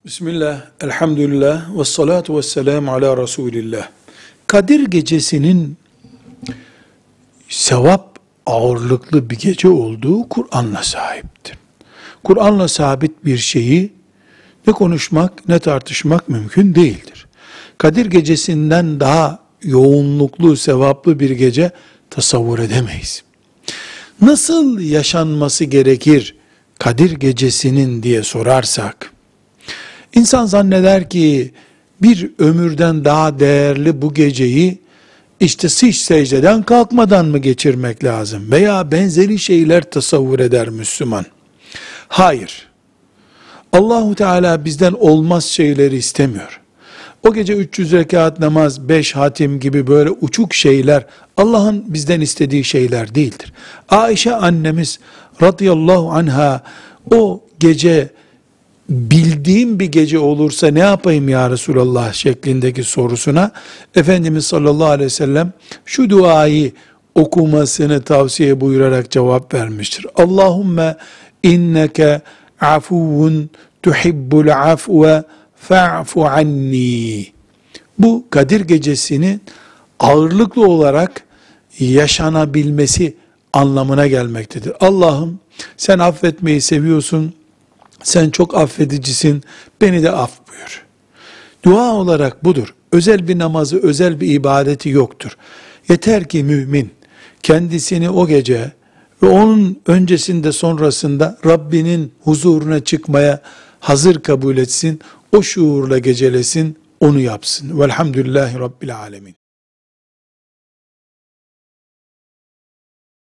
Bismillah, elhamdülillah, ve salatu ve selamu ala Resulillah. Kadir gecesinin sevap ağırlıklı bir gece olduğu Kur'an'la sahiptir. Kur'an'la sabit bir şeyi ne konuşmak ne tartışmak mümkün değildir. Kadir gecesinden daha yoğunluklu, sevaplı bir gece tasavvur edemeyiz. Nasıl yaşanması gerekir Kadir gecesinin diye sorarsak, İnsan zanneder ki bir ömürden daha değerli bu geceyi işte hiç secdeden kalkmadan mı geçirmek lazım veya benzeri şeyler tasavvur eder Müslüman. Hayır. Allahu Teala bizden olmaz şeyleri istemiyor. O gece 300 rekat namaz, 5 hatim gibi böyle uçuk şeyler Allah'ın bizden istediği şeyler değildir. Ayşe annemiz radıyallahu anha o gece bildiğim bir gece olursa ne yapayım ya Resulallah şeklindeki sorusuna Efendimiz sallallahu aleyhi ve sellem şu duayı okumasını tavsiye buyurarak cevap vermiştir. Allahümme inneke afuvun tuhibbul afve fa'fu anni. Bu Kadir gecesinin ağırlıklı olarak yaşanabilmesi anlamına gelmektedir. Allah'ım sen affetmeyi seviyorsun, sen çok affedicisin, beni de af buyur. Dua olarak budur. Özel bir namazı, özel bir ibadeti yoktur. Yeter ki mümin kendisini o gece ve onun öncesinde sonrasında Rabbinin huzuruna çıkmaya hazır kabul etsin, o şuurla gecelesin, onu yapsın. Velhamdülillahi Rabbil alemin.